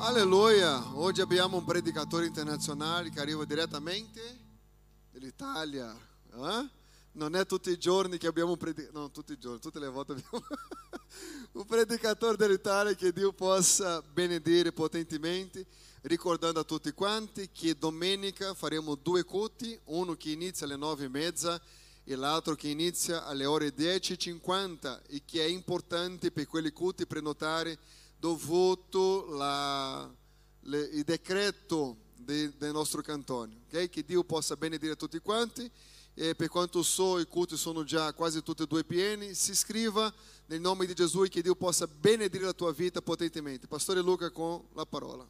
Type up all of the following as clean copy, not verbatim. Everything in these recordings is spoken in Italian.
Alleluia! Oggi abbiamo un predicatore internazionale che arriva direttamente dall'Italia. Non è tutti i giorni che abbiamo un predicatore, no, tutti i giorni, tutte le volte abbiamo un predicatore dall'Italia. Che Dio possa benedire potentemente, ricordando a tutti quanti che domenica faremo due culti, uno che inizia alle 9:30 e l'altro che inizia alle ore 10:50, e che è importante per quelli culti prenotare dovuto il decreto del nostro cantone, ok? Che Dio possa benedire tutti quanti. E per quanto so, i culti sono già quasi tutti e due pieni. Si iscriva nel nome di Gesù e che Dio possa benedire la tua vita potentemente. Pastore Luca con la parola.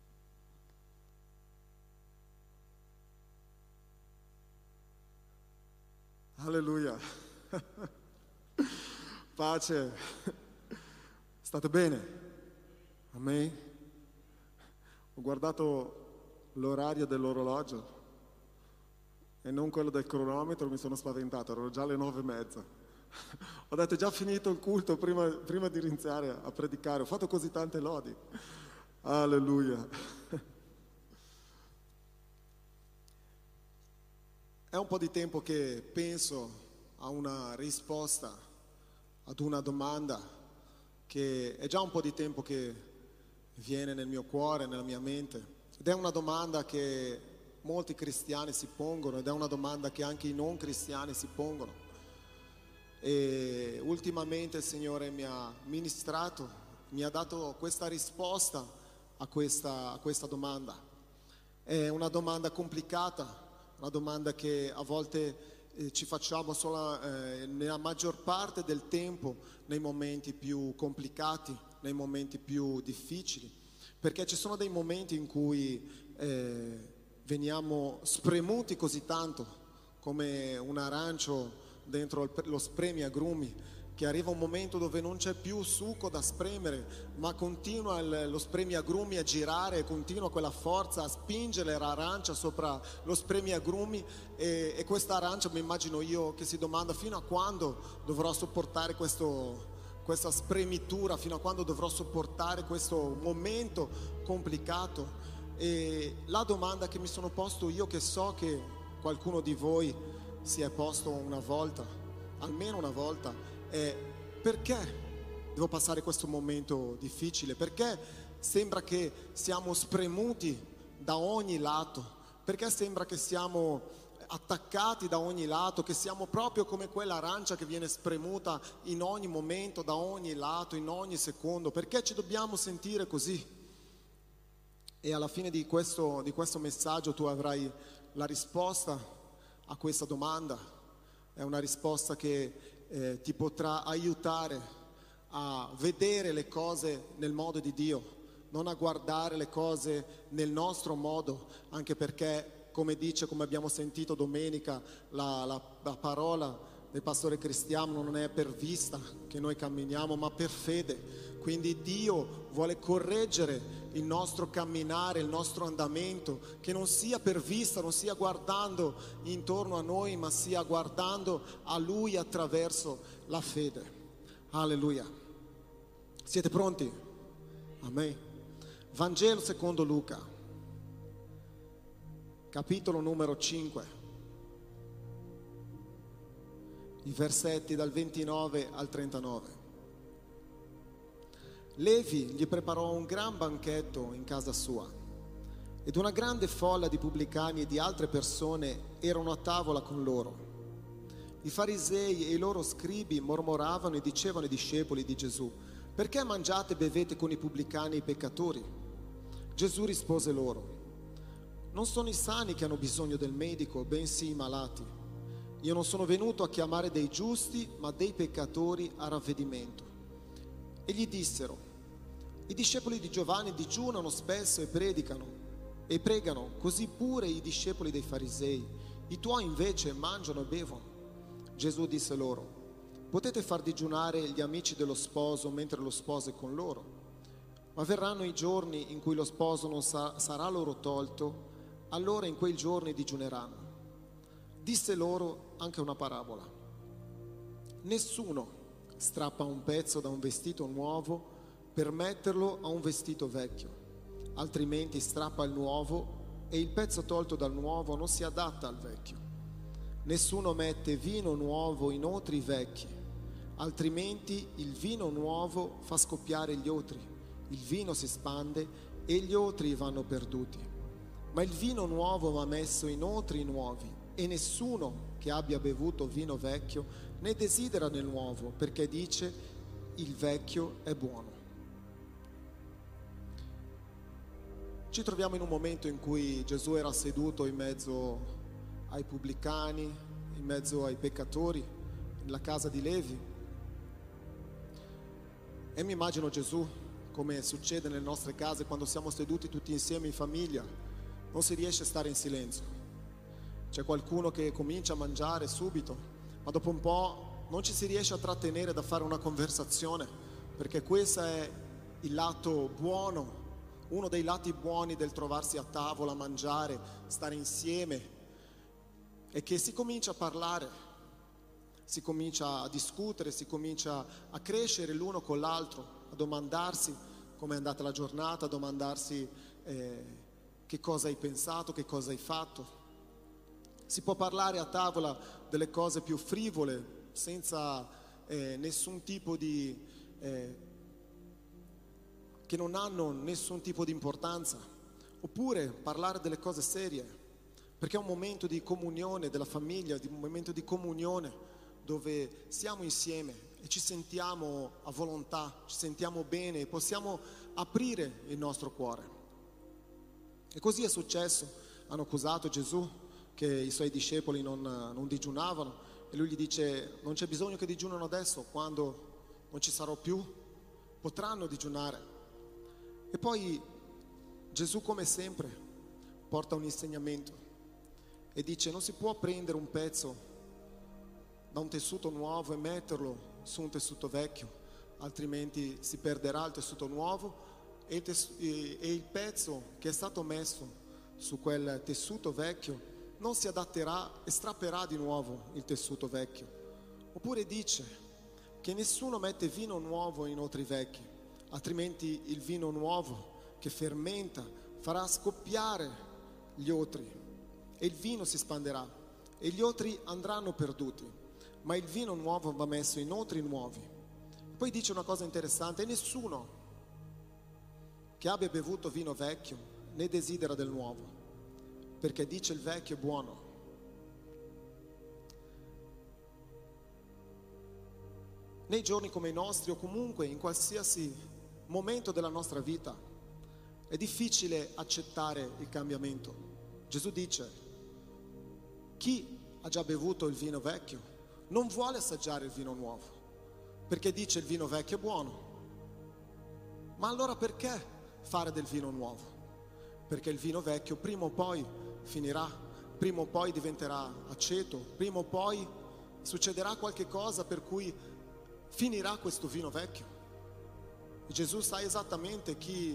Alleluia. Pace. State bene? Amen. Ho guardato l'orario dell'orologio e non quello del cronometro, mi sono spaventato, erano già le 9:30. Ho detto: è già finito il culto prima di iniziare a predicare. Ho fatto così tante lodi. Alleluia. È un po' di tempo che penso a una risposta ad una domanda che è già un po' di tempo che viene nel mio cuore, nella mia mente, ed è una domanda che molti cristiani si pongono, ed è una domanda che anche i non cristiani si pongono. E ultimamente il Signore mi ha ministrato, mi ha dato questa risposta a questa domanda. È una domanda complicata, una domanda che a volte ci facciamo solo nella maggior parte del tempo nei momenti più complicati, nei momenti più difficili, perché ci sono dei momenti in cui veniamo spremuti così tanto, come un arancio dentro lo spremiagrumi, che arriva un momento dove non c'è più succo da spremere, ma continua lo spremiagrumi a girare, continua quella forza a spingere l'arancia sopra lo spremiagrumi, e questa arancia, mi immagino io, che si domanda: fino a quando dovrò sopportare questa spremitura, fino a quando dovrò sopportare questo momento complicato? E la domanda che mi sono posto io, che so che qualcuno di voi si è posto una volta, almeno una volta, è: perché devo passare questo momento difficile? Perché sembra che siamo spremuti da ogni lato? Perché sembra che siamo attaccati da ogni lato, che siamo proprio come quell'arancia che viene spremuta in ogni momento, da ogni lato, in ogni secondo? Perché ci dobbiamo sentire così? E alla fine di questo messaggio tu avrai la risposta a questa domanda. È una risposta che ti potrà aiutare a vedere le cose nel modo di Dio, non a guardare le cose nel nostro modo, anche perché, come abbiamo sentito domenica, la parola del pastore Cristiano: non è per vista che noi camminiamo, ma per fede. Quindi Dio vuole correggere il nostro camminare, il nostro andamento, che non sia per vista, non sia guardando intorno a noi, ma sia guardando a Lui attraverso la fede. Alleluia. Siete pronti? Amen. Vangelo secondo Luca, capitolo numero 5, i versetti dal 29 al 39. Levi gli preparò un gran banchetto in casa sua, ed una grande folla di pubblicani e di altre persone erano a tavola con loro. I farisei e i loro scribi mormoravano e dicevano ai discepoli di Gesù: perché mangiate e bevete con i pubblicani e i peccatori? Gesù rispose loro: non sono i sani che hanno bisogno del medico, bensì i malati. Io non sono venuto a chiamare dei giusti, ma dei peccatori a ravvedimento. E gli dissero: i discepoli di Giovanni digiunano spesso e pregano, così pure i discepoli dei farisei. I tuoi invece mangiano e bevono. Gesù disse loro: potete far digiunare gli amici dello sposo mentre lo sposo è con loro, ma verranno i giorni in cui lo sposo non sarà loro tolto, allora in quei giorni digiuneranno. Disse loro anche una parabola: nessuno strappa un pezzo da un vestito nuovo per metterlo a un vestito vecchio. altrimenti strappa il nuovo e il pezzo tolto dal nuovo non si adatta al vecchio. Nessuno mette vino nuovo in otri vecchi, altrimenti il vino nuovo fa scoppiare gli otri, il vino si spande e gli otri vanno perduti. Ma il vino nuovo va messo in otri nuovi, e nessuno che abbia bevuto vino vecchio ne desidera del nuovo, perché dice: il vecchio è buono. Ci troviamo in un momento in cui Gesù era seduto in mezzo ai pubblicani, in mezzo ai peccatori, nella casa di Levi. E mi immagino Gesù, come succede nelle nostre case quando siamo seduti tutti insieme in famiglia, non si riesce a stare in silenzio. C'è qualcuno che comincia a mangiare subito, ma dopo un po' non ci si riesce a trattenere da fare una conversazione, perché questo è il lato buono, uno dei lati buoni del trovarsi a tavola, mangiare, stare insieme, è che si comincia a parlare, si comincia a discutere, si comincia a crescere l'uno con l'altro, a domandarsi come è andata la giornata, a domandarsi che cosa hai pensato, che cosa hai fatto. Si può parlare a tavola delle cose più frivole, senza nessun tipo di che non hanno nessun tipo di importanza, oppure parlare delle cose serie, perché è un momento di comunione della famiglia, un momento di comunione dove siamo insieme e ci sentiamo a volontà, ci sentiamo bene e possiamo aprire il nostro cuore. E così è successo. Hanno accusato Gesù che i suoi discepoli non digiunavano, e lui gli dice: non c'è bisogno che digiunano adesso, quando non ci sarò più potranno digiunare. E poi Gesù, come sempre, porta un insegnamento e dice: non si può prendere un pezzo da un tessuto nuovo e metterlo su un tessuto vecchio, altrimenti si perderà il tessuto nuovo e il pezzo che è stato messo su quel tessuto vecchio non si adatterà e strapperà di nuovo il tessuto vecchio. Oppure dice che nessuno mette vino nuovo in otri vecchi, altrimenti il vino nuovo che fermenta farà scoppiare gli otri e il vino si spanderà e gli otri andranno perduti, ma il vino nuovo va messo in otri nuovi. Poi dice una cosa interessante: nessuno che abbia bevuto vino vecchio ne desidera del nuovo, perché dice il vecchio è buono. Nei giorni come i nostri, o comunque in qualsiasi momento della nostra vita, è difficile accettare il cambiamento. Gesù dice: chi ha già bevuto il vino vecchio non vuole assaggiare il vino nuovo, perché dice il vino vecchio è buono. Ma allora perché fare del vino nuovo? Perché il vino vecchio prima o poi finirà, prima o poi diventerà aceto, prima o poi succederà qualche cosa per cui finirà questo vino vecchio. E Gesù sa esattamente chi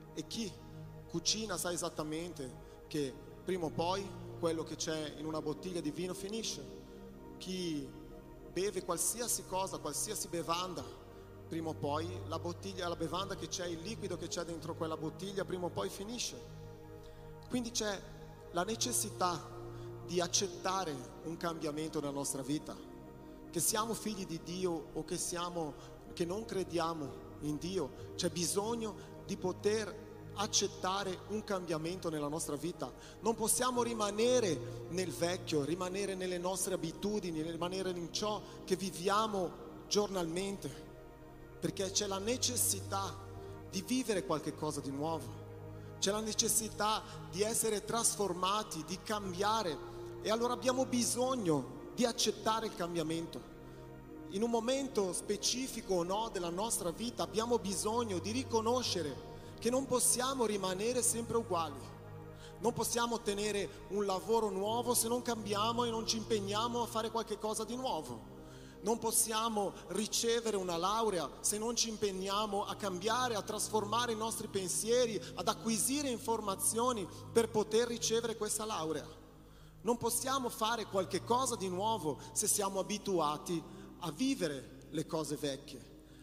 cucina sa esattamente che prima o poi quello che c'è in una bottiglia di vino finisce. Chi beve qualsiasi cosa, qualsiasi bevanda, prima o poi la bevanda che c'è, il liquido che c'è dentro quella bottiglia, prima o poi finisce. Quindi c'è la necessità di accettare un cambiamento nella nostra vita, che siamo figli di Dio o che non crediamo in Dio. C'è bisogno di poter accettare un cambiamento nella nostra vita. Non possiamo rimanere nel vecchio, rimanere nelle nostre abitudini, rimanere in ciò che viviamo giornalmente, perché c'è la necessità di vivere qualche cosa di nuovo, c'è la necessità di essere trasformati, di cambiare, e allora abbiamo bisogno di accettare il cambiamento. In un momento specifico o no della nostra vita abbiamo bisogno di riconoscere che non possiamo rimanere sempre uguali. Non possiamo ottenere un lavoro nuovo se non cambiamo e non ci impegniamo a fare qualche cosa di nuovo. Non possiamo ricevere una laurea se non ci impegniamo a cambiare, a trasformare i nostri pensieri, ad acquisire informazioni per poter ricevere questa laurea. Non possiamo fare qualche cosa di nuovo se siamo abituati a vivere le cose vecchie.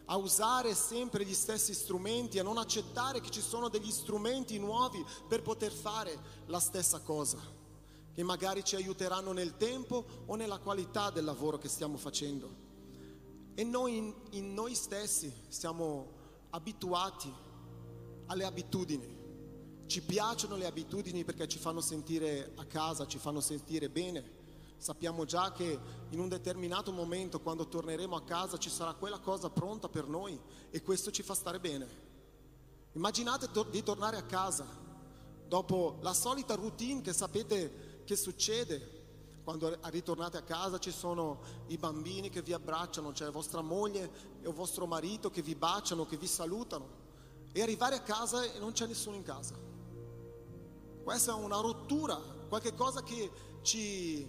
a usare sempre gli stessi strumenti, a non accettare che ci sono degli strumenti nuovi per poter fare la stessa cosa, che magari ci aiuteranno nel tempo o nella qualità del lavoro che stiamo facendo. E noi in noi stessi siamo abituati alle abitudini. Ci piacciono le abitudini perché ci fanno sentire a casa, ci fanno sentire bene. Sappiamo già che in un determinato momento, quando torneremo a casa, ci sarà quella cosa pronta per noi e questo ci fa stare bene. Immaginate di tornare a casa dopo la solita routine che sapete che succede. Quando ritornate a casa ci sono i bambini che vi abbracciano, c'è vostra moglie e vostro marito che vi baciano, che vi salutano, e arrivare a casa e non c'è nessuno in casa. Questa è una rottura, qualche cosa che ci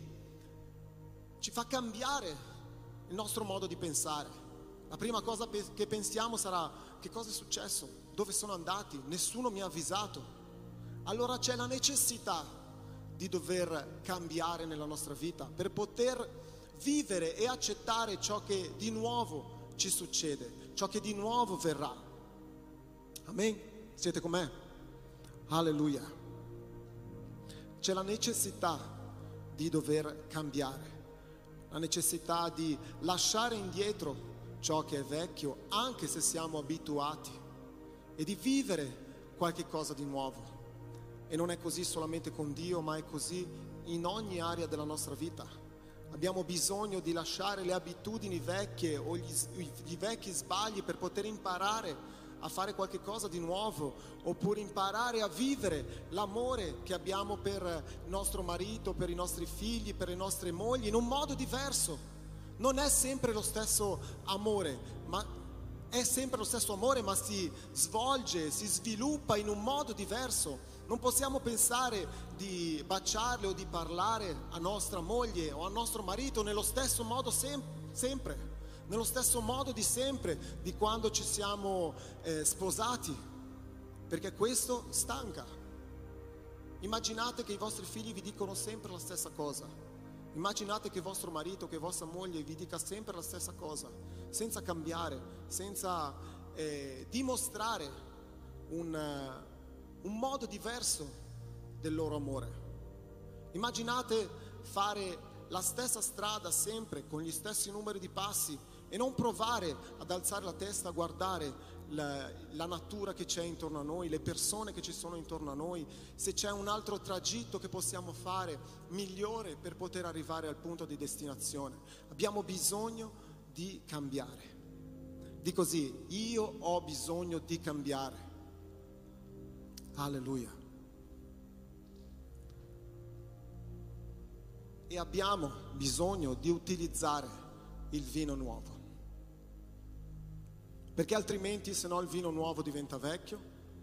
fa cambiare il nostro modo di pensare. La prima cosa che pensiamo sarà: che cosa è successo? Dove sono andati? Nessuno mi ha avvisato. Allora c'è la necessità di dover cambiare nella nostra vita per poter vivere e accettare ciò che di nuovo ci succede, ciò che di nuovo verrà. Amen? Siete con me? Alleluia. C'è la necessità di dover cambiare, la necessità di lasciare indietro ciò che è vecchio, anche se siamo abituati, e di vivere qualche cosa di nuovo. E non è così solamente con Dio, ma è così in ogni area della nostra vita. Abbiamo bisogno di lasciare le abitudini vecchie o gli vecchi sbagli per poter imparare a fare qualche cosa di nuovo, oppure imparare a vivere l'amore che abbiamo per il nostro marito, per i nostri figli, per le nostre mogli in un modo diverso. Non è sempre lo stesso amore, ma è sempre lo stesso amore, ma si svolge, si sviluppa in un modo diverso. Non possiamo pensare di baciarle o di parlare a nostra moglie o a nostro marito nello stesso modo sempre, nello stesso modo di sempre, di quando ci siamo sposati, perché questo stanca. Immaginate che i vostri figli vi dicono sempre la stessa cosa. Immaginate che vostro marito, che vostra moglie vi dica sempre la stessa cosa, senza cambiare, senza dimostrare un modo diverso del loro amore. Immaginate fare la stessa strada sempre con gli stessi numeri di passi e non provare ad alzare la testa a guardare la natura che c'è intorno a noi, le persone che ci sono intorno a noi, se c'è un altro tragitto che possiamo fare migliore per poter arrivare al punto di destinazione. Abbiamo bisogno di cambiare. Di così, io ho bisogno di cambiare. Alleluia. E abbiamo bisogno di utilizzare il vino nuovo, perché altrimenti, se no, il vino nuovo diventa vecchio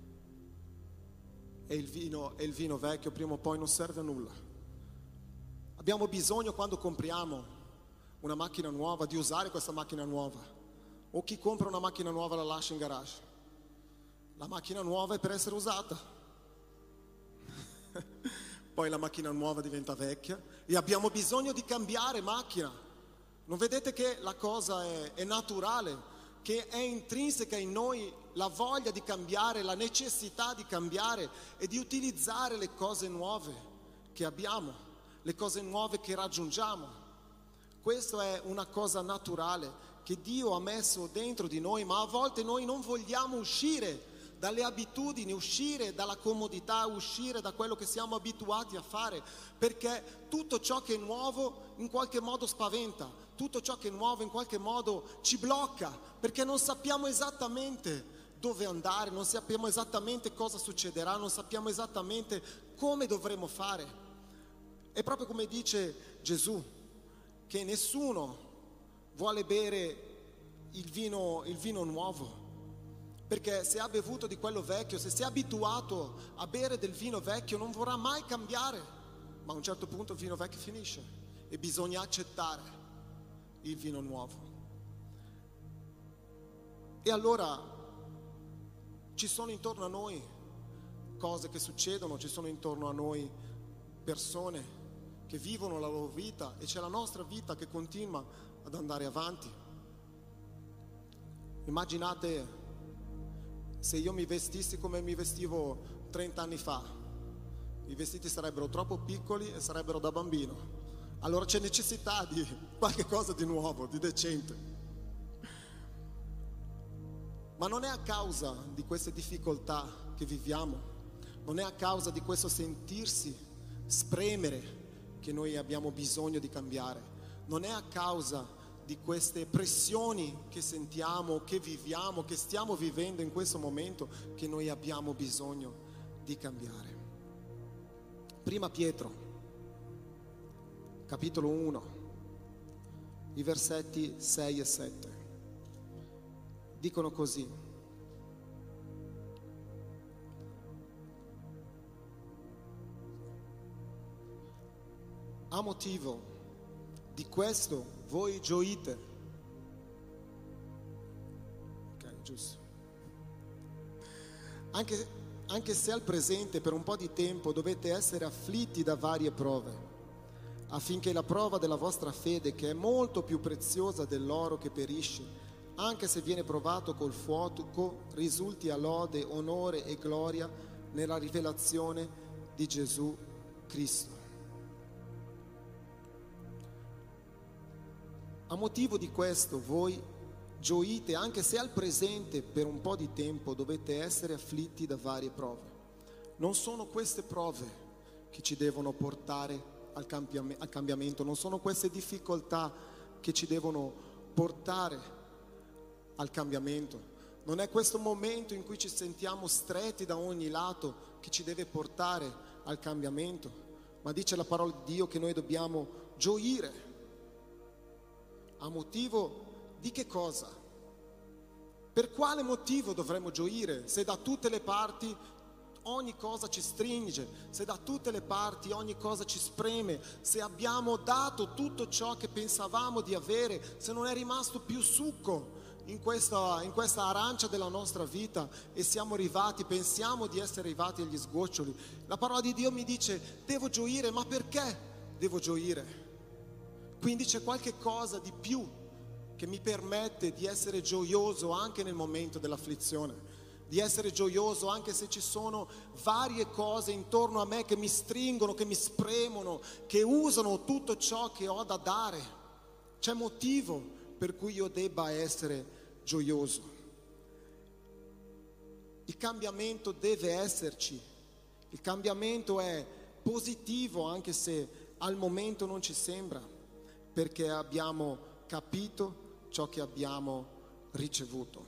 e il vino vecchio prima o poi non serve a nulla. Abbiamo bisogno, quando compriamo una macchina nuova, di usare questa macchina nuova, o chi compra una macchina nuova la lascia in garage. La macchina nuova è per essere usata. Poi la macchina nuova diventa vecchia e abbiamo bisogno di cambiare macchina. Non vedete che la cosa è naturale, che è intrinseca in noi la voglia di cambiare, la necessità di cambiare e di utilizzare le cose nuove che abbiamo, le cose nuove che raggiungiamo. Questa è una cosa naturale che Dio ha messo dentro di noi, ma a volte noi non vogliamo uscire dalle abitudini, uscire dalla comodità, uscire da quello che siamo abituati a fare, perché tutto ciò che è nuovo in qualche modo spaventa, tutto ciò che è nuovo in qualche modo ci blocca, perché non sappiamo esattamente dove andare, non sappiamo esattamente cosa succederà, non sappiamo esattamente come dovremo fare. È proprio come dice Gesù, che nessuno vuole bere il vino nuovo, perché se ha bevuto di quello vecchio, se si è abituato a bere del vino vecchio, non vorrà mai cambiare. Ma a un certo punto il vino vecchio finisce e bisogna accettare il vino nuovo. E allora ci sono intorno a noi cose che succedono, ci sono intorno a noi persone che vivono la loro vita e c'è la nostra vita che continua ad andare avanti. Immaginate se io mi vestissi come mi vestivo 30 anni fa. I vestiti sarebbero troppo piccoli e sarebbero da bambino. Allora c'è necessità di qualche cosa di nuovo, di decente. Ma non è a causa di queste difficoltà che viviamo, non è a causa di questo sentirsi spremere che noi abbiamo bisogno di cambiare, non è a causa di queste pressioni che sentiamo, che viviamo, che stiamo vivendo in questo momento che noi abbiamo bisogno di cambiare. Prima Pietro, capitolo 1, i versetti 6 e 7, dicono così: a motivo di questo voi gioite. Ok, giusto. Anche se al presente per un po' di tempo dovete essere afflitti da varie prove, affinché la prova della vostra fede, che è molto più preziosa dell'oro che perisce, anche se viene provato col fuoco, risulti a lode, onore e gloria nella rivelazione di Gesù Cristo. A motivo di questo voi gioite, anche se al presente per un po' di tempo dovete essere afflitti da varie prove. Non sono queste prove che ci devono portare al cambiamento, non sono queste difficoltà che ci devono portare al cambiamento. Non è questo momento in cui ci sentiamo stretti da ogni lato che ci deve portare al cambiamento, ma dice la parola di Dio che noi dobbiamo gioire. A motivo di che cosa? Per quale motivo dovremmo gioire se da tutte le parti ogni cosa ci stringe, se da tutte le parti ogni cosa ci spreme, se abbiamo dato tutto ciò che pensavamo di avere, se non è rimasto più succo in questa arancia della nostra vita e pensiamo di essere arrivati agli sgoccioli? La parola di Dio mi dice: devo gioire, ma perché devo gioire? Quindi c'è qualche cosa di più che mi permette di essere gioioso anche nel momento dell'afflizione, di essere gioioso anche se ci sono varie cose intorno a me che mi stringono, che mi spremono, che usano tutto ciò che ho da dare. C'è motivo per cui io debba essere gioioso. Il cambiamento deve esserci, il cambiamento è positivo anche se al momento non ci sembra, perché abbiamo capito ciò che abbiamo ricevuto.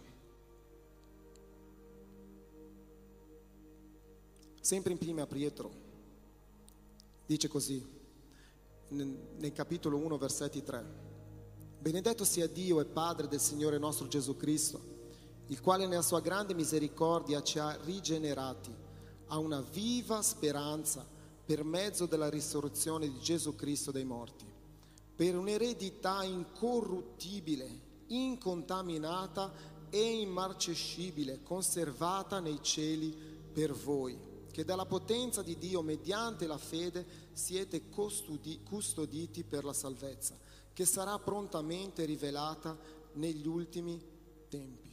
Sempre in prima Pietro dice così, nel capitolo 1 versetti 3: benedetto sia Dio e Padre del Signore nostro Gesù Cristo, il quale nella sua grande misericordia ci ha rigenerati a una viva speranza per mezzo della risurrezione di Gesù Cristo dai morti, per un'eredità incorruttibile, incontaminata e immarcescibile, conservata nei cieli per voi, che dalla potenza di Dio mediante la fede siete custoditi per la salvezza, che sarà prontamente rivelata negli ultimi tempi.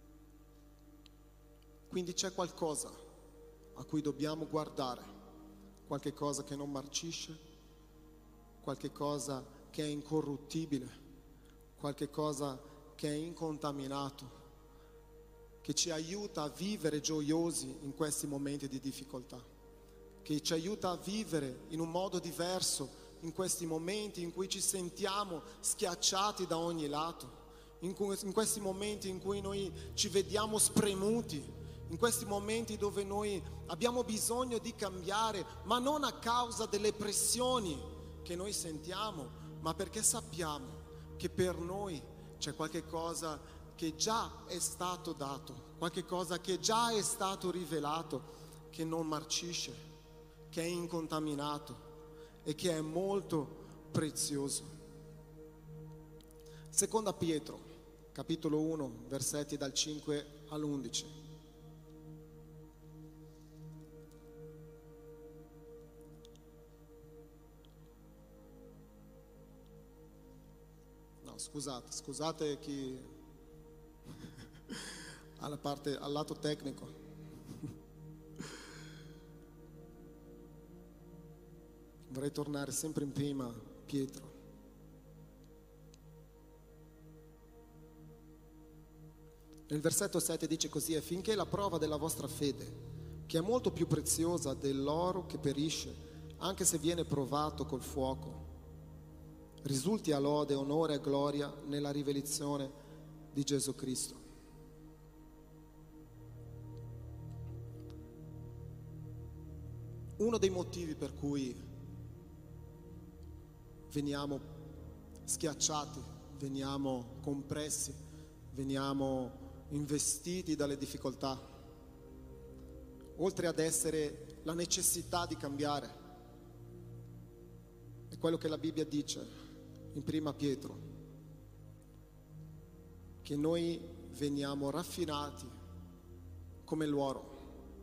Quindi c'è qualcosa a cui dobbiamo guardare, qualche cosa che non marcisce, qualche cosa che è incorruttibile, qualche cosa che è incontaminato, che ci aiuta a vivere gioiosi in questi momenti di difficoltà, che ci aiuta a vivere in un modo diverso in questi momenti in cui ci sentiamo schiacciati da ogni lato, in questi momenti in cui noi ci vediamo spremuti, in questi momenti dove noi abbiamo bisogno di cambiare, ma non a causa delle pressioni che noi sentiamo, ma perché sappiamo che per noi c'è qualche cosa che già è stato dato, qualche cosa che già è stato rivelato, che non marcisce, che è incontaminato e che è molto prezioso. Seconda Pietro, capitolo 1, versetti dal 5 all'11. Scusate chi al lato tecnico. Vorrei tornare sempre in prima Pietro. Nel versetto 7 dice così: affinché la prova della vostra fede, che è molto più preziosa dell'oro che perisce, anche se viene provato col fuoco, risulti a lode, onore e gloria nella rivelazione di Gesù Cristo. Uno dei motivi per cui veniamo schiacciati, veniamo compressi, veniamo investiti dalle difficoltà, oltre ad essere la necessità di cambiare, è quello che la Bibbia dice in prima Pietro, che noi veniamo raffinati come l'oro.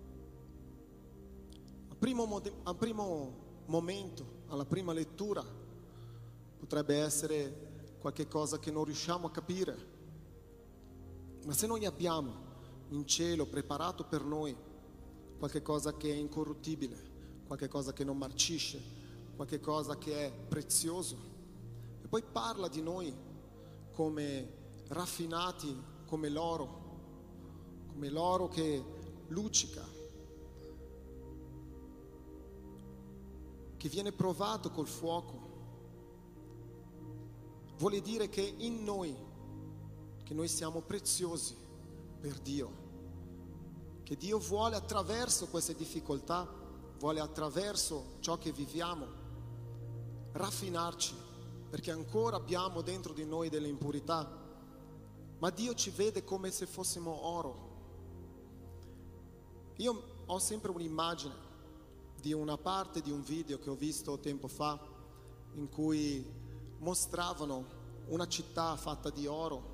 Al primo momento, alla prima lettura, potrebbe essere qualche cosa che non riusciamo a capire, ma se noi abbiamo in cielo preparato per noi qualche cosa che è incorruttibile, qualche cosa che non marcisce, qualche cosa che è prezioso, e poi parla di noi come raffinati come l'oro che luccica, che viene provato col fuoco, vuole dire che in noi, che noi siamo preziosi per Dio, che Dio vuole attraverso queste difficoltà, vuole attraverso ciò che viviamo raffinarci, perché ancora abbiamo dentro di noi delle impurità, ma Dio ci vede come se fossimo oro. Io ho sempre un'immagine di una parte di un video che ho visto tempo fa, in cui mostravano una città fatta di oro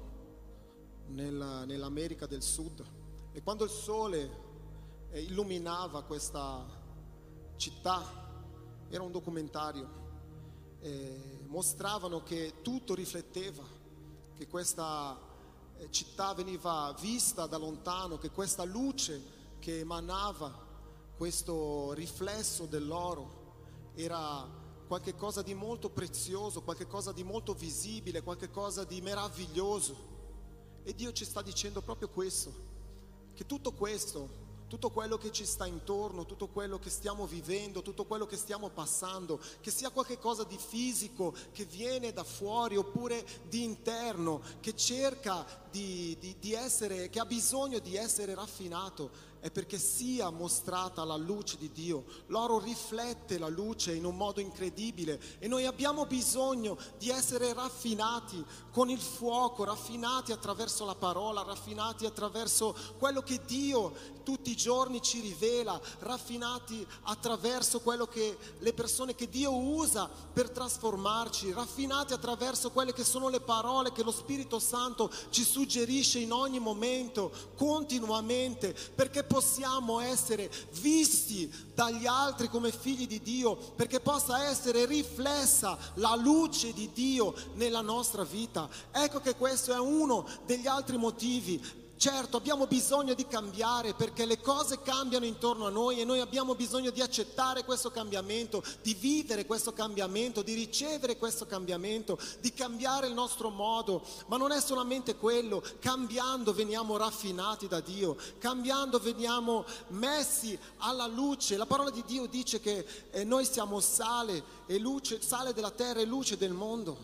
nell'America del Sud, e quando il sole illuminava questa città, era un documentario, mostravano che tutto rifletteva, che questa città veniva vista da lontano, che questa luce che emanava, questo riflesso dell'oro, era qualche cosa di molto prezioso, qualche cosa di molto visibile, qualche cosa di meraviglioso. E Dio ci sta dicendo proprio questo, che tutto questo, tutto quello che ci sta intorno, tutto quello che stiamo vivendo, tutto quello che stiamo passando, che sia qualche cosa di fisico che viene da fuori oppure di interno, che cerca di essere, che ha bisogno di essere raffinato, è perché sia mostrata la luce di Dio. L'oro riflette la luce in un modo incredibile e noi abbiamo bisogno di essere raffinati con il fuoco, raffinati attraverso la parola, raffinati attraverso quello che Dio tutti i giorni ci rivela, raffinati attraverso quello che le persone che Dio usa per trasformarci, raffinati attraverso quelle che sono le parole che lo Spirito Santo ci suggerisce in ogni momento, continuamente, perché possiamo essere visti dagli altri come figli di Dio, perché possa essere riflessa la luce di Dio nella nostra vita. Ecco che questo è uno degli altri motivi. Certo, abbiamo bisogno di cambiare perché le cose cambiano intorno a noi e noi abbiamo bisogno di accettare questo cambiamento, di vivere questo cambiamento, di ricevere questo cambiamento, di cambiare il nostro modo. Ma non è solamente quello, cambiando veniamo raffinati da Dio, cambiando veniamo messi alla luce. La parola di Dio dice che noi siamo sale e luce, sale della terra e luce del mondo.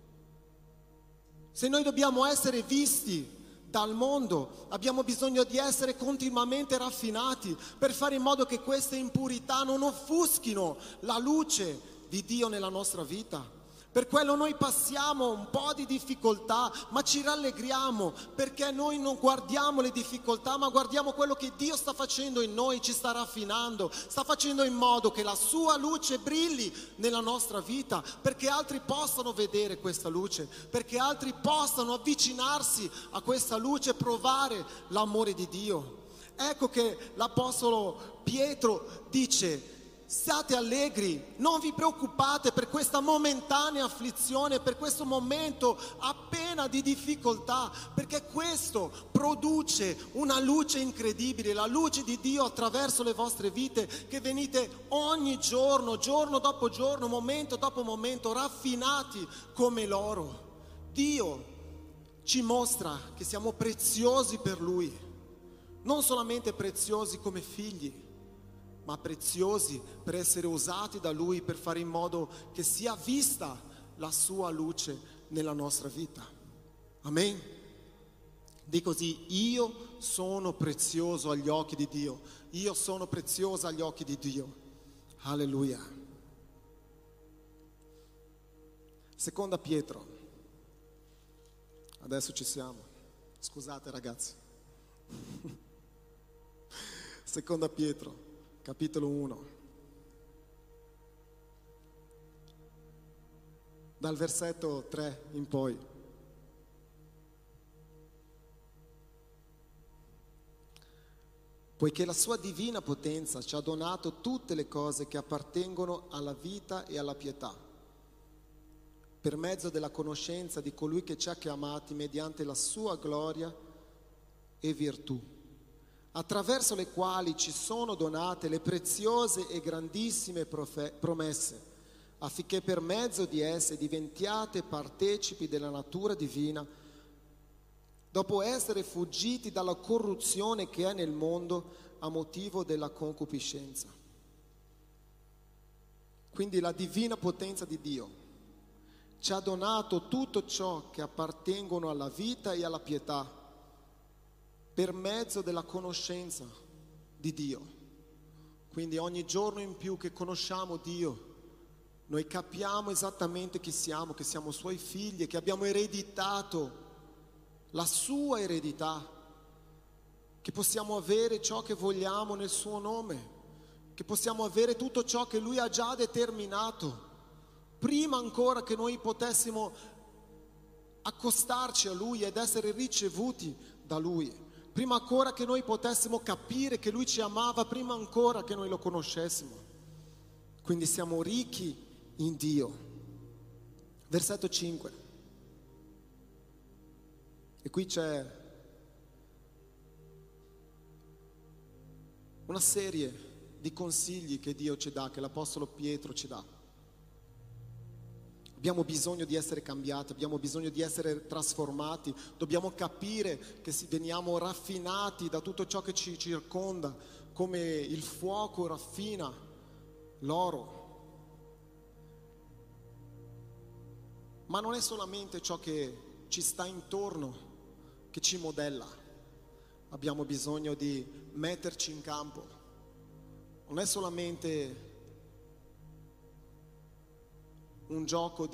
Se noi dobbiamo essere visti dal mondo, abbiamo bisogno di essere continuamente raffinati per fare in modo che queste impurità non offuschino la luce di Dio nella nostra vita. Per quello noi passiamo un po' di difficoltà, ma ci rallegriamo perché noi non guardiamo le difficoltà, ma guardiamo quello che Dio sta facendo in noi, ci sta raffinando, sta facendo in modo che la sua luce brilli nella nostra vita, perché altri possano vedere questa luce, perché altri possano avvicinarsi a questa luce e provare l'amore di Dio. Ecco che l'Apostolo Pietro dice: State allegri, non vi preoccupate per questa momentanea afflizione, per questo momento appena di difficoltà, perché questo produce una luce incredibile, la luce di Dio attraverso le vostre vite, che venite ogni giorno, giorno dopo giorno, momento dopo momento, raffinati come l'oro. Dio ci mostra che siamo preziosi per Lui, non solamente preziosi come figli, ma preziosi per essere usati da Lui per fare in modo che sia vista la sua luce nella nostra vita. Amen? Di così, io sono prezioso agli occhi di Dio, io sono preziosa agli occhi di Dio. Alleluia. Seconda Pietro. Adesso ci siamo. Scusate ragazzi. Seconda Pietro. Capitolo 1, dal versetto 3 in poi. Poiché la sua divina potenza ci ha donato tutte le cose che appartengono alla vita e alla pietà, per mezzo della conoscenza di colui che ci ha chiamati mediante la sua gloria e virtù, attraverso le quali ci sono donate le preziose e grandissime promesse, affinché per mezzo di esse diventiate partecipi della natura divina, dopo essere fuggiti dalla corruzione che è nel mondo a motivo della concupiscenza. Quindi la divina potenza di Dio ci ha donato tutto ciò che appartengono alla vita e alla pietà, per mezzo della conoscenza di Dio. Quindi ogni giorno in più che conosciamo Dio, noi capiamo esattamente chi siamo, che siamo Suoi figli e che abbiamo ereditato la Sua eredità, che possiamo avere ciò che vogliamo nel Suo nome, che possiamo avere tutto ciò che Lui ha già determinato, prima ancora che noi potessimo accostarci a Lui ed essere ricevuti da Lui. Prima ancora che noi potessimo capire che Lui ci amava, prima ancora che noi lo conoscessimo. Quindi siamo ricchi in Dio. Versetto 5. E qui c'è una serie di consigli che Dio ci dà, che l'Apostolo Pietro ci dà. Abbiamo bisogno di essere cambiati, abbiamo bisogno di essere trasformati, dobbiamo capire che veniamo raffinati da tutto ciò che ci circonda, come il fuoco raffina l'oro. Ma non è solamente ciò che ci sta intorno che ci modella, abbiamo bisogno di metterci in campo, non è solamente un gioco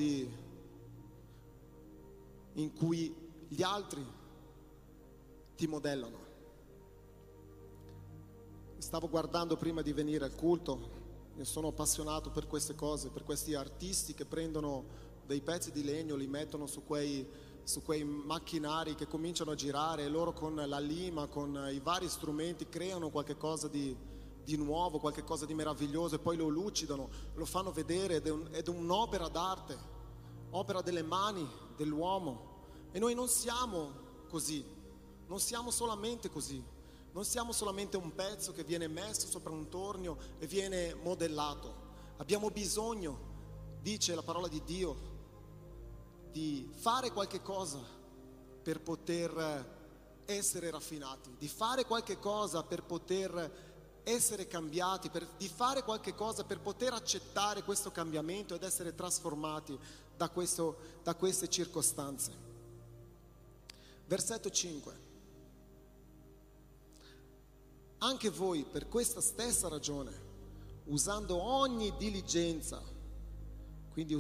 in cui gli altri ti modellano. Stavo guardando prima di venire al culto, io sono appassionato per queste cose, per questi artisti che prendono dei pezzi di legno, li mettono su quei macchinari che cominciano a girare, e loro con la lima, con i vari strumenti creano qualche cosa di nuovo, qualche cosa di meraviglioso, e poi lo lucidano, lo fanno vedere, ed è un'opera d'arte, opera delle mani dell'uomo. E noi non siamo così, non siamo solamente così, non siamo solamente un pezzo che viene messo sopra un tornio e viene modellato. Abbiamo bisogno, dice la parola di Dio, di fare qualche cosa per poter essere raffinati, di fare qualche cosa per poter essere cambiati, di fare qualche cosa per poter accettare questo cambiamento ed essere trasformati da queste circostanze. Versetto 5. Anche voi, per questa stessa ragione, usando ogni diligenza, quindi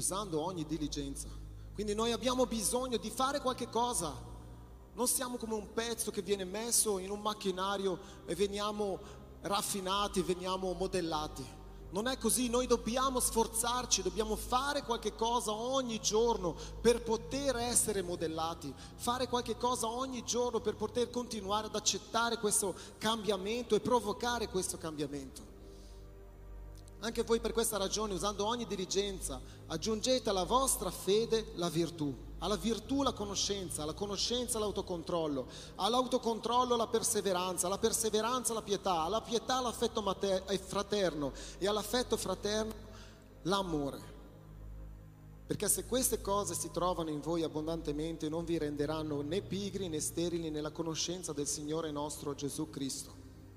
noi abbiamo bisogno di fare qualche cosa. Non siamo come un pezzo che viene messo in un macchinario e veniamo raffinati, veniamo modellati. Non è così, noi dobbiamo sforzarci, dobbiamo fare qualche cosa ogni giorno per poter essere modellati, fare qualche cosa ogni giorno per poter continuare ad accettare questo cambiamento e provocare questo cambiamento. Anche voi per questa ragione, usando ogni diligenza, aggiungete alla vostra fede la virtù, alla virtù la conoscenza, alla conoscenza l'autocontrollo, all'autocontrollo la perseveranza, alla perseveranza la pietà, alla pietà l'affetto fraterno e all'affetto fraterno l'amore. Perché se queste cose si trovano in voi abbondantemente, non vi renderanno né pigri né sterili nella conoscenza del Signore nostro Gesù Cristo.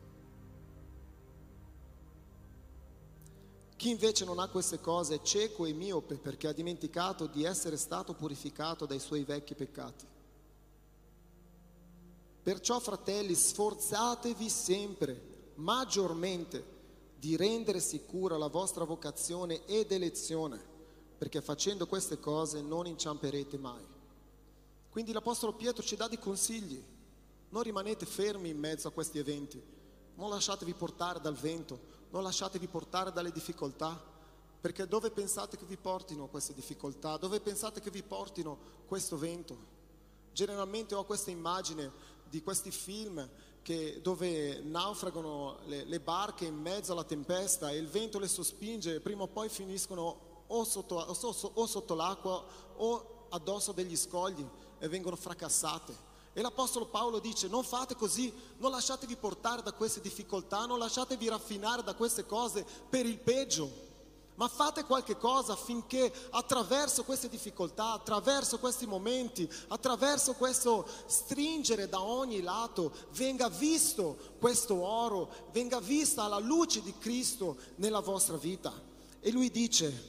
Chi invece non ha queste cose è cieco e miope, perché ha dimenticato di essere stato purificato dai suoi vecchi peccati. Perciò, fratelli, sforzatevi sempre, maggiormente, di rendere sicura la vostra vocazione ed elezione, perché facendo queste cose non inciamperete mai. Quindi l'Apostolo Pietro ci dà dei consigli: non rimanete fermi in mezzo a questi eventi, non lasciatevi portare dal vento, non lasciatevi portare dalle difficoltà, perché dove pensate che vi portino queste difficoltà? Dove pensate che vi portino questo vento? Generalmente ho questa immagine di questi film dove naufragano le barche in mezzo alla tempesta e il vento le sospinge e prima o poi finiscono o sotto l'acqua o addosso degli scogli e vengono fracassate. E l'Apostolo Paolo dice: non fate così, non lasciatevi portare da queste difficoltà, non lasciatevi raffinare da queste cose per il peggio, ma fate qualche cosa affinché attraverso queste difficoltà, attraverso questi momenti, attraverso questo stringere da ogni lato, venga visto questo oro, venga vista la luce di Cristo nella vostra vita. E lui dice: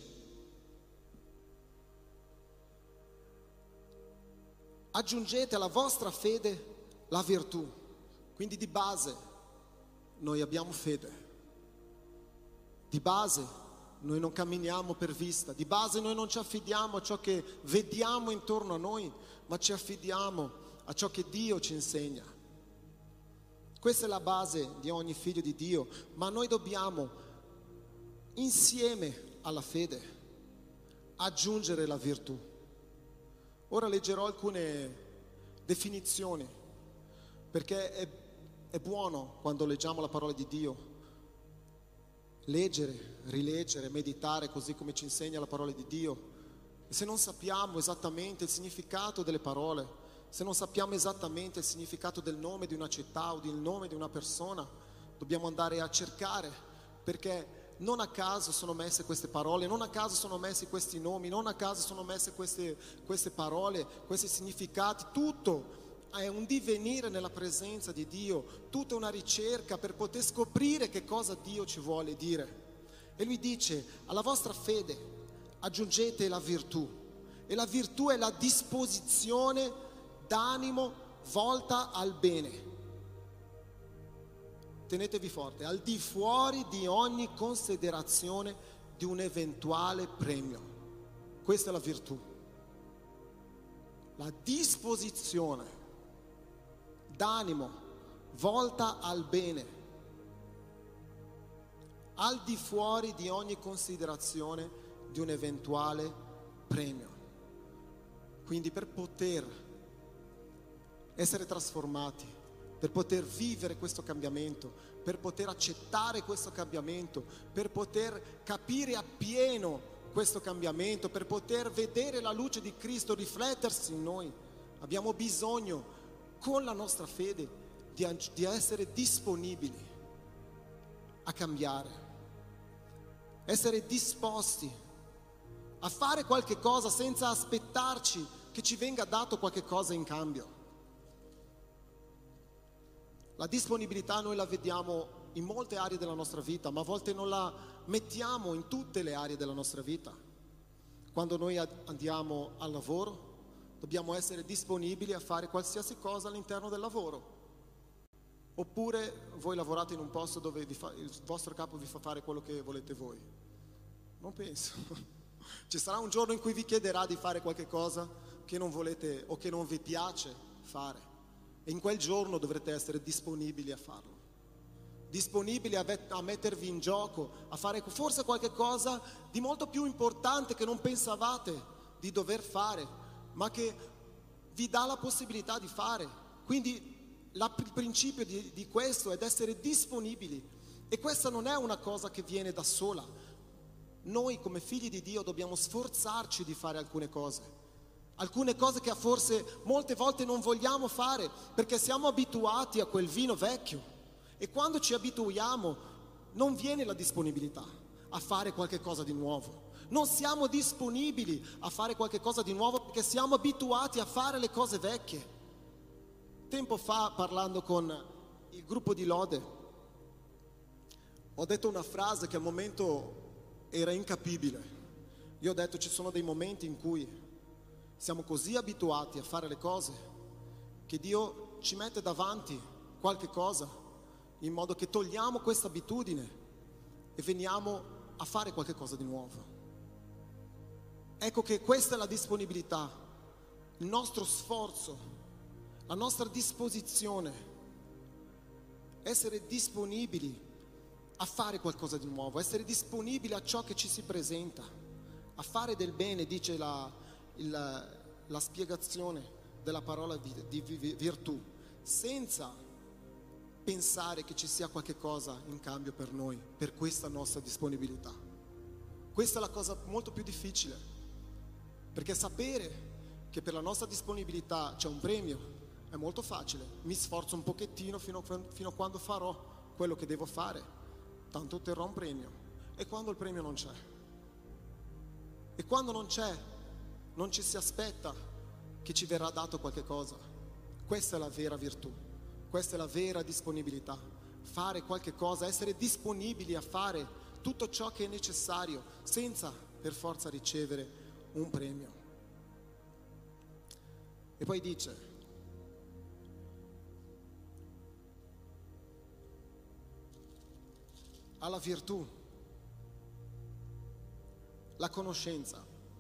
aggiungete alla vostra fede la virtù. Quindi di base noi abbiamo fede, di base noi non camminiamo per vista, di base noi non ci affidiamo a ciò che vediamo intorno a noi, ma ci affidiamo a ciò che Dio ci insegna. Questa è la base di ogni figlio di Dio, ma noi dobbiamo insieme alla fede aggiungere la virtù. Ora leggerò alcune definizioni, perché è buono quando leggiamo la parola di Dio, leggere, rileggere, meditare così come ci insegna la parola di Dio. E se non sappiamo esattamente il significato delle parole, se non sappiamo esattamente il significato del nome di una città o del nome di una persona, dobbiamo andare a cercare, perché non a caso sono messe queste parole, non a caso sono messi questi nomi, non a caso sono messe queste parole, questi significati. Tutto è un divenire nella presenza di Dio, tutta una ricerca per poter scoprire che cosa Dio ci vuole dire. E lui dice: alla vostra fede aggiungete la virtù, e la virtù è la disposizione d'animo volta al bene. Tenetevi forte: al di fuori di ogni considerazione di un eventuale premio. Questa è la virtù, la disposizione d'animo volta al bene, al di fuori di ogni considerazione di un eventuale premio. Quindi per poter essere trasformati, per poter vivere questo cambiamento, per poter accettare questo cambiamento, per poter capire appieno questo cambiamento, per poter vedere la luce di Cristo riflettersi in noi, abbiamo bisogno, con la nostra fede, di essere disponibili a cambiare, essere disposti a fare qualche cosa senza aspettarci che ci venga dato qualche cosa in cambio. La disponibilità noi la vediamo in molte aree della nostra vita, ma a volte non la mettiamo in tutte le aree della nostra vita. Quando noi andiamo al lavoro, dobbiamo essere disponibili a fare qualsiasi cosa all'interno del lavoro. Oppure voi lavorate in un posto dove il vostro capo vi fa fare quello che volete voi. Non penso. Ci sarà un giorno in cui vi chiederà di fare qualche cosa che non volete o che non vi piace fare. E in quel giorno dovrete essere disponibili a farlo, disponibili a mettervi in gioco, a fare forse qualche cosa di molto più importante che non pensavate di dover fare, ma che vi dà la possibilità di fare. Quindi il principio di questo è di essere disponibili E questa non è una cosa che viene da sola. Noi come figli di Dio dobbiamo sforzarci di fare alcune cose che forse molte volte non vogliamo fare perché siamo abituati a quel vino vecchio, e quando ci abituiamo non viene la disponibilità a fare qualche cosa di nuovo. Non siamo disponibili a fare qualche cosa di nuovo perché siamo abituati a fare le cose vecchie. Tempo fa, parlando con il gruppo di Lode, ho detto una frase che al momento era incapibile. Io ho detto: ci sono dei momenti in cui siamo così abituati a fare le cose che Dio ci mette davanti qualche cosa in modo che togliamo questa abitudine e veniamo a fare qualche cosa di nuovo. Ecco che questa è la disponibilità, il nostro sforzo, la nostra disposizione, essere disponibili a fare qualcosa di nuovo, essere disponibili a ciò che ci si presenta, a fare del bene, dice la spiegazione della parola di virtù, senza pensare che ci sia qualche cosa in cambio per noi, per questa nostra disponibilità. Questa è la cosa molto più difficile, perché sapere che per la nostra disponibilità c'è un premio è molto facile. Mi sforzo un pochettino fino a quando farò quello che devo fare, tanto otterrò un premio. E quando il premio non c'è, e quando non c'è, non ci si aspetta che ci verrà dato qualche cosa. Questa è la vera virtù, questa è la vera disponibilità. Fare qualche cosa, essere disponibili a fare tutto ciò che è necessario senza per forza ricevere un premio. E poi dice: alla virtù, la conoscenza.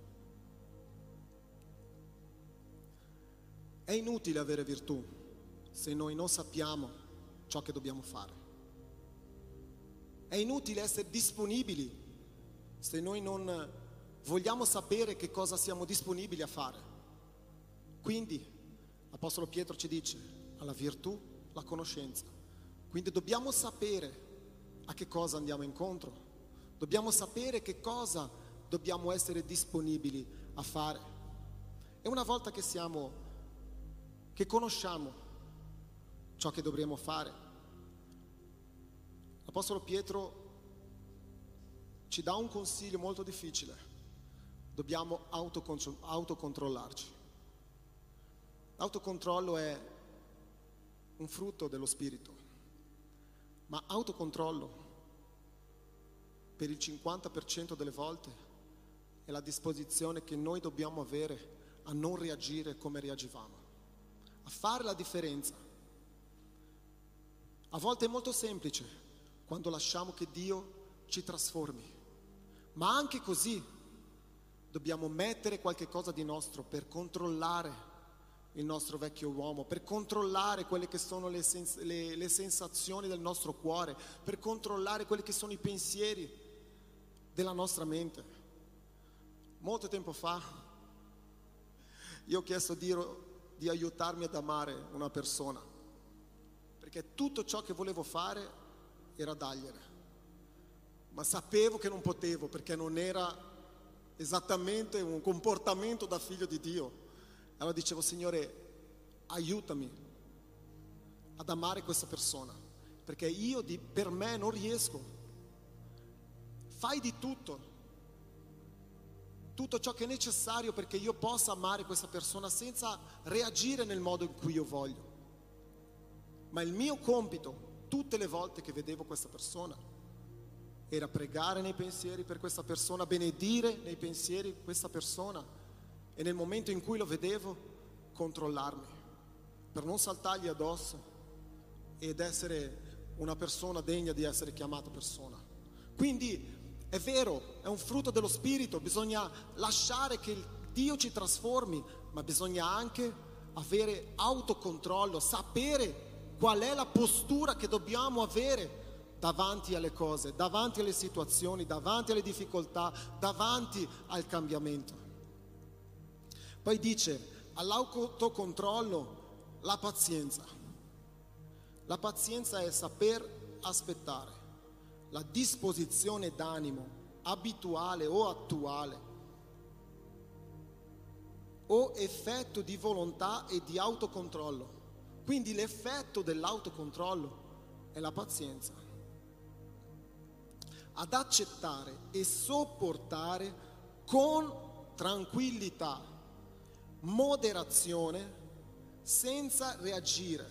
È inutile avere virtù se noi non sappiamo ciò che dobbiamo fare. È inutile essere disponibili se noi non vogliamo sapere che cosa siamo disponibili a fare. Quindi l'Apostolo Pietro ci dice: alla virtù, la conoscenza. Quindi dobbiamo sapere a che cosa andiamo incontro, dobbiamo sapere che cosa dobbiamo essere disponibili a fare. E una volta che conosciamo ciò che dovremo fare, l'Apostolo Pietro ci dà un consiglio molto difficile: dobbiamo autocontrollarci. L'autocontrollo è un frutto dello spirito, ma autocontrollo per il 50% delle volte è la disposizione che noi dobbiamo avere a non reagire come reagivamo, a fare la differenza. A volte è molto semplice quando lasciamo che Dio ci trasformi, ma anche così dobbiamo mettere qualche cosa di nostro per controllare il nostro vecchio uomo, per controllare quelle che sono le sensazioni del nostro cuore, per controllare quelli che sono i pensieri della nostra mente. Molto tempo fa io ho chiesto a Dio di aiutarmi ad amare una persona, perché tutto ciò che volevo fare era dargliene, ma sapevo che non potevo, perché non era esattamente un comportamento da figlio di Dio. Allora dicevo: Signore, aiutami ad amare questa persona, perché io per me non riesco. Fai di tutto ciò che è necessario perché io possa amare questa persona senza reagire nel modo in cui io voglio. Ma il mio compito, tutte le volte che vedevo questa persona, era pregare nei pensieri per questa persona, benedire nei pensieri questa persona, e nel momento in cui lo vedevo controllarmi per non saltargli addosso ed essere una persona degna di essere chiamata persona. Quindi è vero, è un frutto dello spirito, bisogna lasciare che Dio ci trasformi, ma bisogna anche avere autocontrollo, sapere qual è la postura che dobbiamo avere davanti alle cose, davanti alle situazioni, davanti alle difficoltà, davanti al cambiamento. Poi dice: all'autocontrollo, la pazienza. La pazienza è saper aspettare. la disposizione d'animo abituale o attuale o effetto di volontà e di autocontrollo. Quindi l'effetto dell'autocontrollo è la pazienza. Ad accettare e sopportare con tranquillità, moderazione, senza reagire.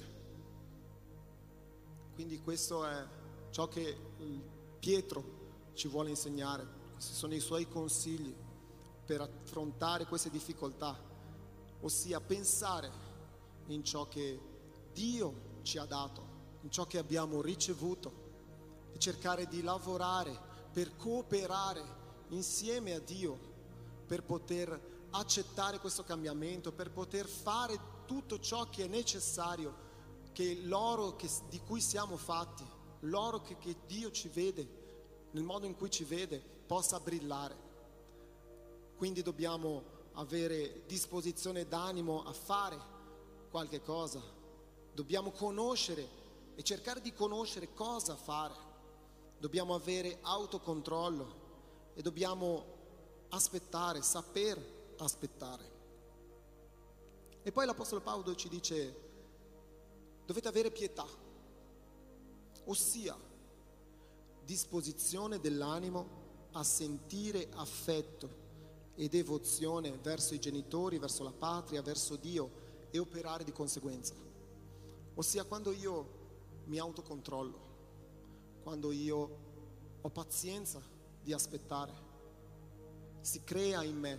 Quindi questo è ciò che Pietro ci vuole insegnare. Questi sono i suoi consigli per affrontare queste difficoltà, ossia pensare in ciò che Dio ci ha dato, in ciò che abbiamo ricevuto e cercare di lavorare per cooperare insieme a Dio per poter accettare questo cambiamento, per poter fare tutto ciò che è necessario, che l'oro di cui siamo fatti, l'oro che Dio ci vede, nel modo in cui ci vede, possa brillare. Quindi dobbiamo avere disposizione d'animo a fare qualche cosa, dobbiamo conoscere e cercare di conoscere cosa fare, dobbiamo avere autocontrollo e dobbiamo aspettare, saper aspettare. E poi l'Apostolo Paolo ci dice: dovete avere pietà, ossia disposizione dell'animo a sentire affetto e devozione verso i genitori, verso la patria, verso Dio e operare di conseguenza. Ossia, quando io mi autocontrollo, quando io ho pazienza di aspettare, si crea in me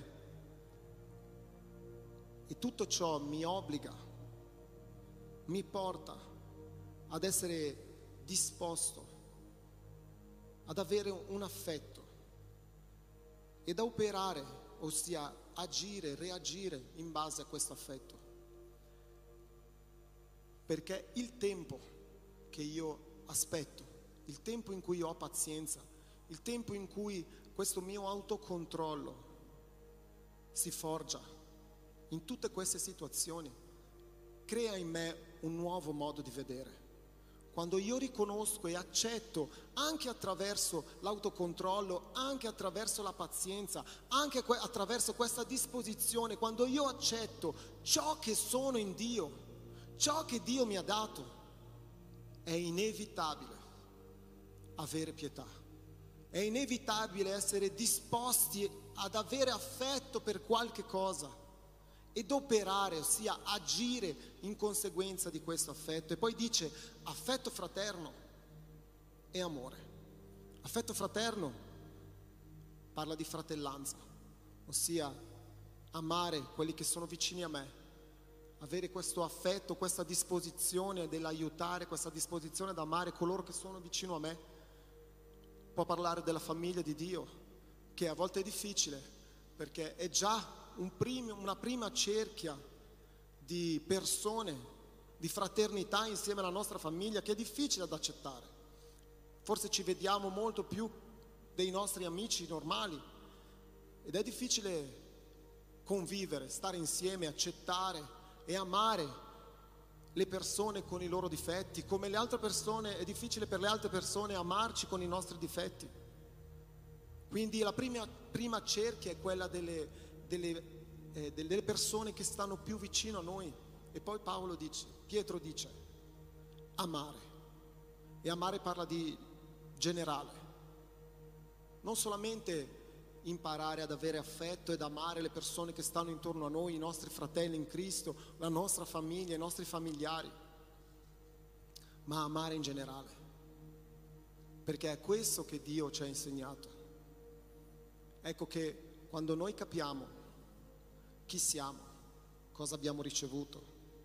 e tutto ciò mi obbliga, mi porta ad essere disposto ad avere un affetto ed a operare, ossia agire, reagire in base a questo affetto. Perché il tempo che io aspetto, il tempo in cui ho pazienza, il tempo in cui questo mio autocontrollo si forgia in tutte queste situazioni, crea in me un nuovo modo di vedere. Quando io riconosco e accetto, anche attraverso l'autocontrollo, anche attraverso la pazienza, anche attraverso questa disposizione, quando io accetto ciò che sono in Dio, ciò che Dio mi ha dato, è inevitabile avere pietà. È inevitabile essere disposti ad avere affetto per qualche cosa ed operare, ossia agire in conseguenza di questo affetto. E poi dice affetto fraterno e amore. Affetto fraterno parla di fratellanza, ossia amare quelli che sono vicini a me, avere questo affetto, questa disposizione dell'aiutare, questa disposizione ad amare coloro che sono vicino a me. Può parlare della famiglia di Dio, che a volte è difficile, perché è già una prima cerchia di persone, di fraternità insieme alla nostra famiglia, che è difficile ad accettare. Forse ci vediamo molto più dei nostri amici normali ed è difficile convivere, stare insieme, accettare e amare le persone con i loro difetti, come le altre persone, è difficile per le altre persone amarci con i nostri difetti. Quindi la prima cerchia è quella delle persone che stanno più vicino a noi. E poi Pietro dice amare, e amare parla di generale, non solamente imparare ad avere affetto ed amare le persone che stanno intorno a noi, i nostri fratelli in Cristo, la nostra famiglia, i nostri familiari, ma amare in generale, perché è questo che Dio ci ha insegnato. Ecco che quando noi capiamo chi siamo, cosa abbiamo ricevuto,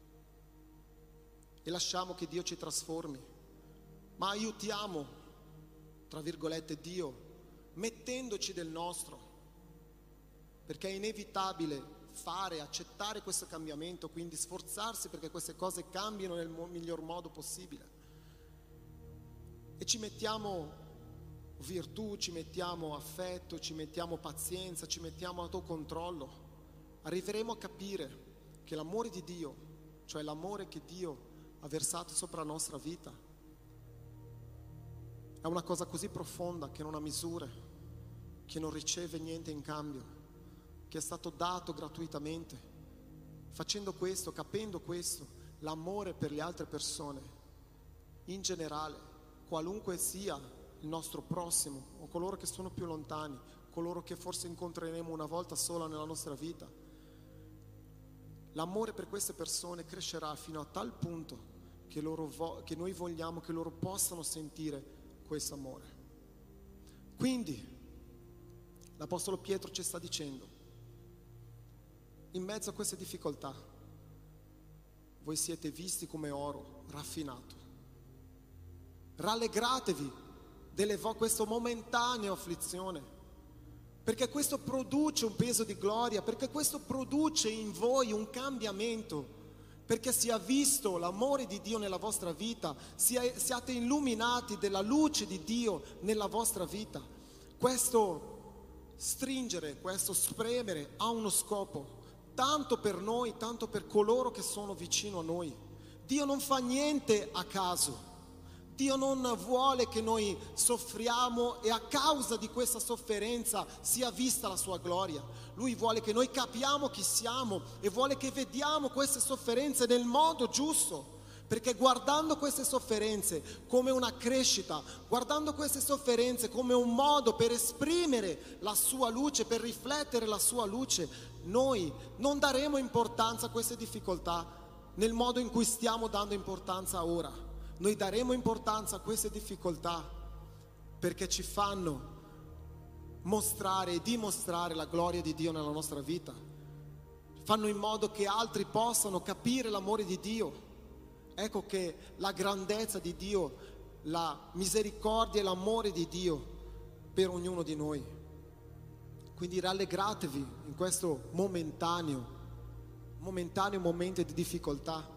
e lasciamo che Dio ci trasformi, ma aiutiamo, tra virgolette, Dio, mettendoci del nostro, perché è inevitabile accettare questo cambiamento, quindi sforzarsi perché queste cose cambino nel miglior modo possibile, e ci mettiamo virtù, ci mettiamo affetto, ci mettiamo pazienza, ci mettiamo autocontrollo, arriveremo a capire che l'amore di Dio, cioè l'amore che Dio ha versato sopra la nostra vita, è una cosa così profonda che non ha misure, che non riceve niente in cambio, che è stato dato gratuitamente. Facendo questo, capendo questo, l'amore per le altre persone, in generale, qualunque sia il nostro prossimo o coloro che sono più lontani, coloro che forse incontreremo una volta sola nella nostra vita, l'amore per queste persone crescerà fino a tal punto che noi vogliamo che loro possano sentire questo amore. Quindi l'Apostolo Pietro ci sta dicendo, in mezzo a queste difficoltà, voi siete visti come oro raffinato. Rallegratevi delle questa momentanea afflizione, perché questo produce un peso di gloria, perché questo produce in voi un cambiamento, perché sia visto l'amore di Dio nella vostra vita, siate illuminati della luce di Dio nella vostra vita. Questo stringere, questo spremere ha uno scopo, tanto per noi, tanto per coloro che sono vicino a noi. Dio non fa niente a caso. Dio non vuole che noi soffriamo e a causa di questa sofferenza sia vista la sua gloria. Lui vuole che noi capiamo chi siamo e vuole che vediamo queste sofferenze nel modo giusto, perché guardando queste sofferenze come una crescita, guardando queste sofferenze come un modo per esprimere la sua luce, per riflettere la sua luce, noi non daremo importanza a queste difficoltà nel modo in cui stiamo dando importanza ora. Noi daremo importanza a queste difficoltà perché ci fanno mostrare e dimostrare la gloria di Dio nella nostra vita. Fanno in modo che altri possano capire l'amore di Dio. Ecco che la grandezza di Dio, la misericordia e l'amore di Dio per ognuno di noi. Quindi rallegratevi in questo momentaneo momento di difficoltà.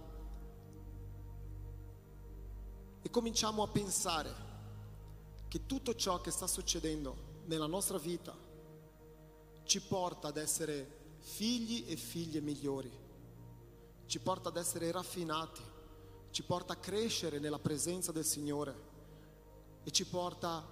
E cominciamo a pensare che tutto ciò che sta succedendo nella nostra vita ci porta ad essere figli e figlie migliori, ci porta ad essere raffinati, ci porta a crescere nella presenza del Signore e ci porta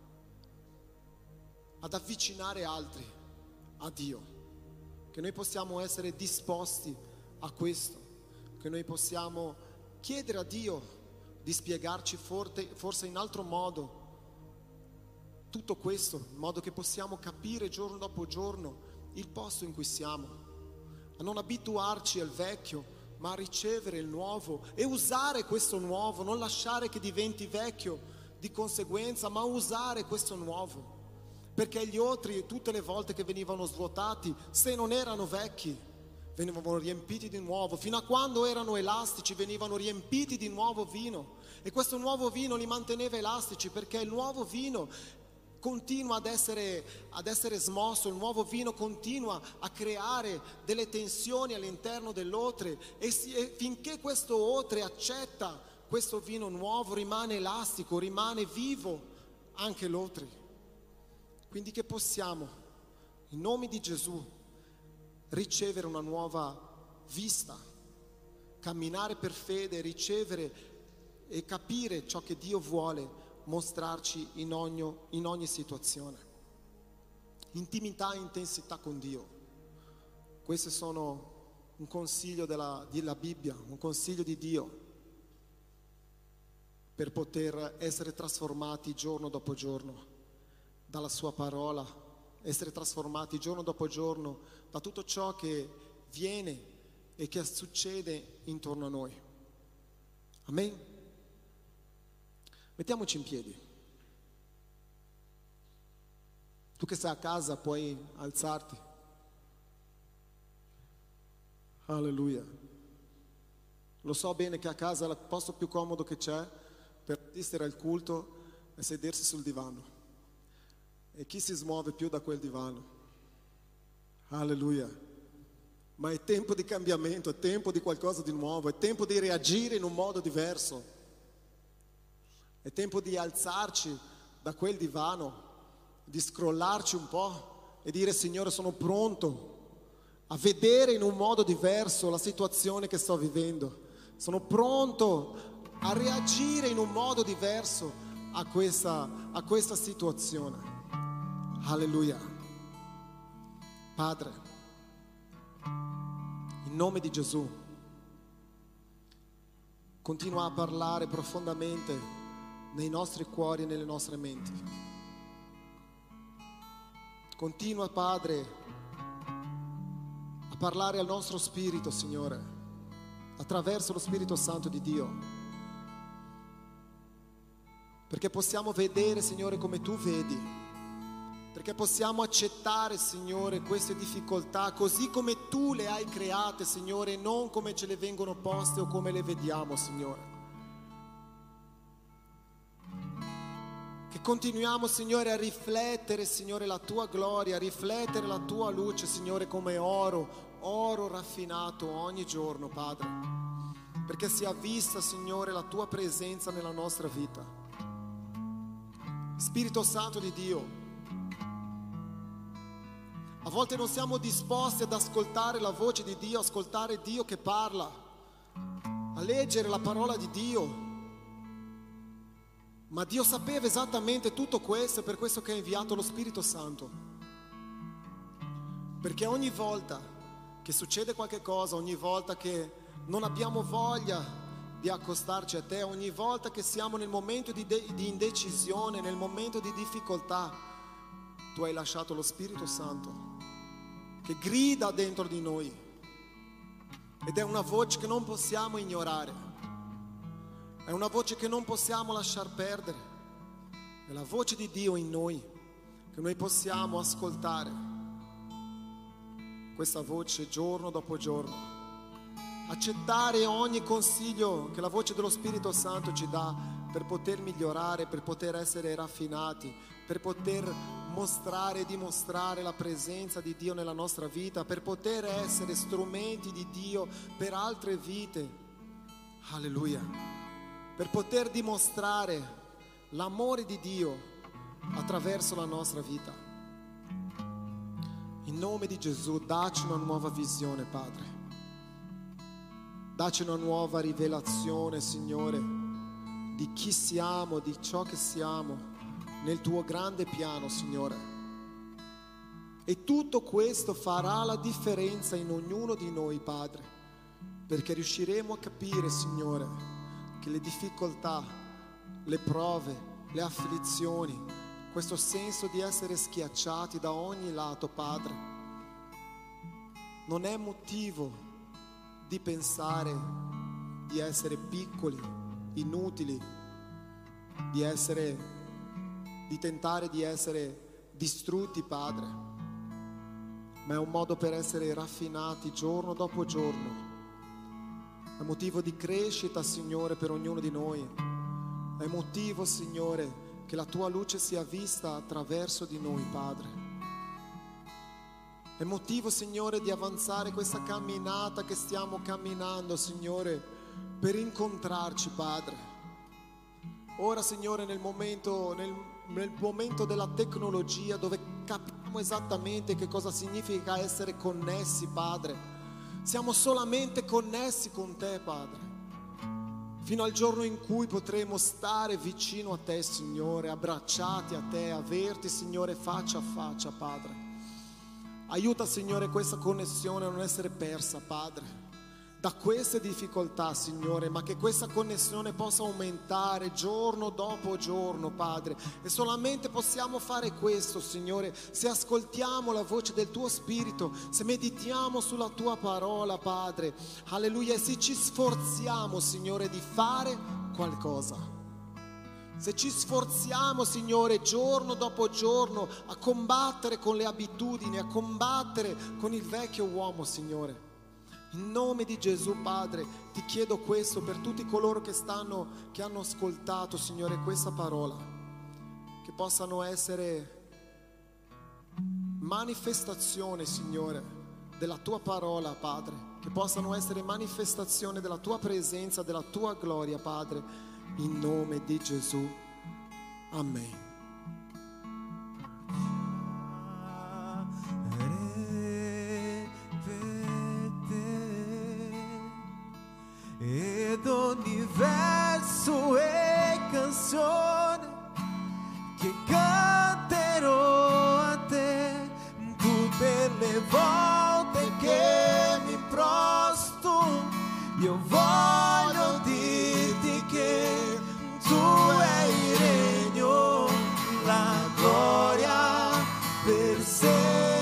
ad avvicinare altri a Dio, che noi possiamo essere disposti a questo, che noi possiamo chiedere a Dio di spiegarci forse in altro modo tutto questo, in modo che possiamo capire giorno dopo giorno il posto in cui siamo, a non abituarci al vecchio, ma a ricevere il nuovo e usare questo nuovo, non lasciare che diventi vecchio di conseguenza, ma usare questo nuovo, perché gli altri tutte le volte che venivano svuotati, se non erano vecchi, venivano riempiti di nuovo, fino a quando erano elastici venivano riempiti di nuovo vino, e questo nuovo vino li manteneva elastici, perché il nuovo vino continua ad essere smosso, il nuovo vino continua a creare delle tensioni all'interno dell'otre e finché questo otre accetta questo vino nuovo rimane elastico, rimane vivo anche l'otre. Quindi che possiamo, in nome di Gesù, ricevere una nuova vista, camminare per fede, ricevere e capire ciò che Dio vuole mostrarci in ogni situazione. Intimità e intensità con Dio. Questi sono un consiglio della Bibbia, un consiglio di Dio per poter essere trasformati giorno dopo giorno dalla sua parola, essere trasformati giorno dopo giorno da tutto ciò che viene e che succede intorno a noi. Amen? Mettiamoci in piedi. Tu che sei a casa puoi alzarti. Alleluia. Lo so bene che a casa è il posto più comodo che c'è per assistere al culto è sedersi sul divano. E chi si smuove più da quel divano? Alleluia. Ma è tempo di cambiamento, è tempo di qualcosa di nuovo, è tempo di reagire in un modo diverso. È tempo di alzarci da quel divano, di scrollarci un po' e dire: Signore, sono pronto a vedere in un modo diverso la situazione che sto vivendo. Sono pronto a reagire in un modo diverso a questa situazione. Alleluia. Padre, in nome di Gesù, continua a parlare profondamente nei nostri cuori e nelle nostre menti. Continua, Padre, a parlare al nostro spirito, Signore, attraverso lo Spirito Santo di Dio, perché possiamo vedere, Signore, come Tu vedi, perché possiamo accettare, Signore, queste difficoltà così come Tu le hai create, Signore, non come ce le vengono poste o come le vediamo, Signore. Che continuiamo, Signore, a riflettere, Signore, la Tua gloria, a riflettere la Tua luce, Signore, come oro raffinato ogni giorno, Padre, perché sia vista, Signore, la Tua presenza nella nostra vita. Spirito Santo di Dio, a volte non siamo disposti ad ascoltare la voce di Dio, ascoltare Dio che parla, a leggere la parola di Dio. Ma Dio sapeva esattamente tutto questo, è per questo che ha inviato lo Spirito Santo. Perché ogni volta che succede qualche cosa, ogni volta che non abbiamo voglia di accostarci a Te, ogni volta che siamo nel momento di indecisione, nel momento di difficoltà, Tu hai lasciato lo Spirito Santo che grida dentro di noi, ed è una voce che non possiamo ignorare, è una voce che non possiamo lasciar perdere, è la voce di Dio in noi, che noi possiamo ascoltare questa voce giorno dopo giorno, accettare ogni consiglio che la voce dello Spirito Santo ci dà per poter migliorare, per poter essere raffinati, per poter mostrare e dimostrare la presenza di Dio nella nostra vita, per poter essere strumenti di Dio per altre vite. Alleluia. Per poter dimostrare l'amore di Dio attraverso la nostra vita. In nome di Gesù, dacci una nuova visione, Padre. Dacci una nuova rivelazione, Signore, di chi siamo, di ciò che siamo nel Tuo grande piano, Signore. E tutto questo farà la differenza in ognuno di noi, Padre, perché riusciremo a capire, Signore, che le difficoltà, le prove, le afflizioni, questo senso di essere schiacciati da ogni lato, Padre, non è motivo di pensare di essere piccoli, inutili, di tentare di essere distrutti, Padre, ma è un modo per essere raffinati giorno dopo giorno. È motivo di crescita, Signore, per ognuno di noi. È motivo, Signore, che la Tua luce sia vista attraverso di noi, Padre. È motivo, Signore, di avanzare questa camminata che stiamo camminando, Signore, per incontrarci, Padre. Ora, Signore, nel momento della tecnologia, dove capiamo esattamente che cosa significa essere connessi, Padre, siamo solamente connessi con Te, Padre, fino al giorno in cui potremo stare vicino a Te, Signore, abbracciati a Te, averti, Signore, faccia a faccia, Padre. Aiuta, Signore, questa connessione a non essere persa, Padre, da queste difficoltà, Signore, ma che questa connessione possa aumentare giorno dopo giorno, Padre. E solamente possiamo fare questo, Signore, se ascoltiamo la voce del Tuo Spirito, se meditiamo sulla Tua parola, Padre. Alleluia. E se ci sforziamo, Signore, di fare qualcosa. Se ci sforziamo, Signore, giorno dopo giorno a combattere con le abitudini, a combattere con il vecchio uomo, Signore. In nome di Gesù, Padre, ti chiedo questo per tutti coloro che hanno ascoltato, Signore, questa parola, che possano essere manifestazione, Signore, della Tua parola, Padre, che possano essere manifestazione della Tua presenza, della Tua gloria, Padre, in nome di Gesù. Amen. Ed ogni verso e canzone per sempre.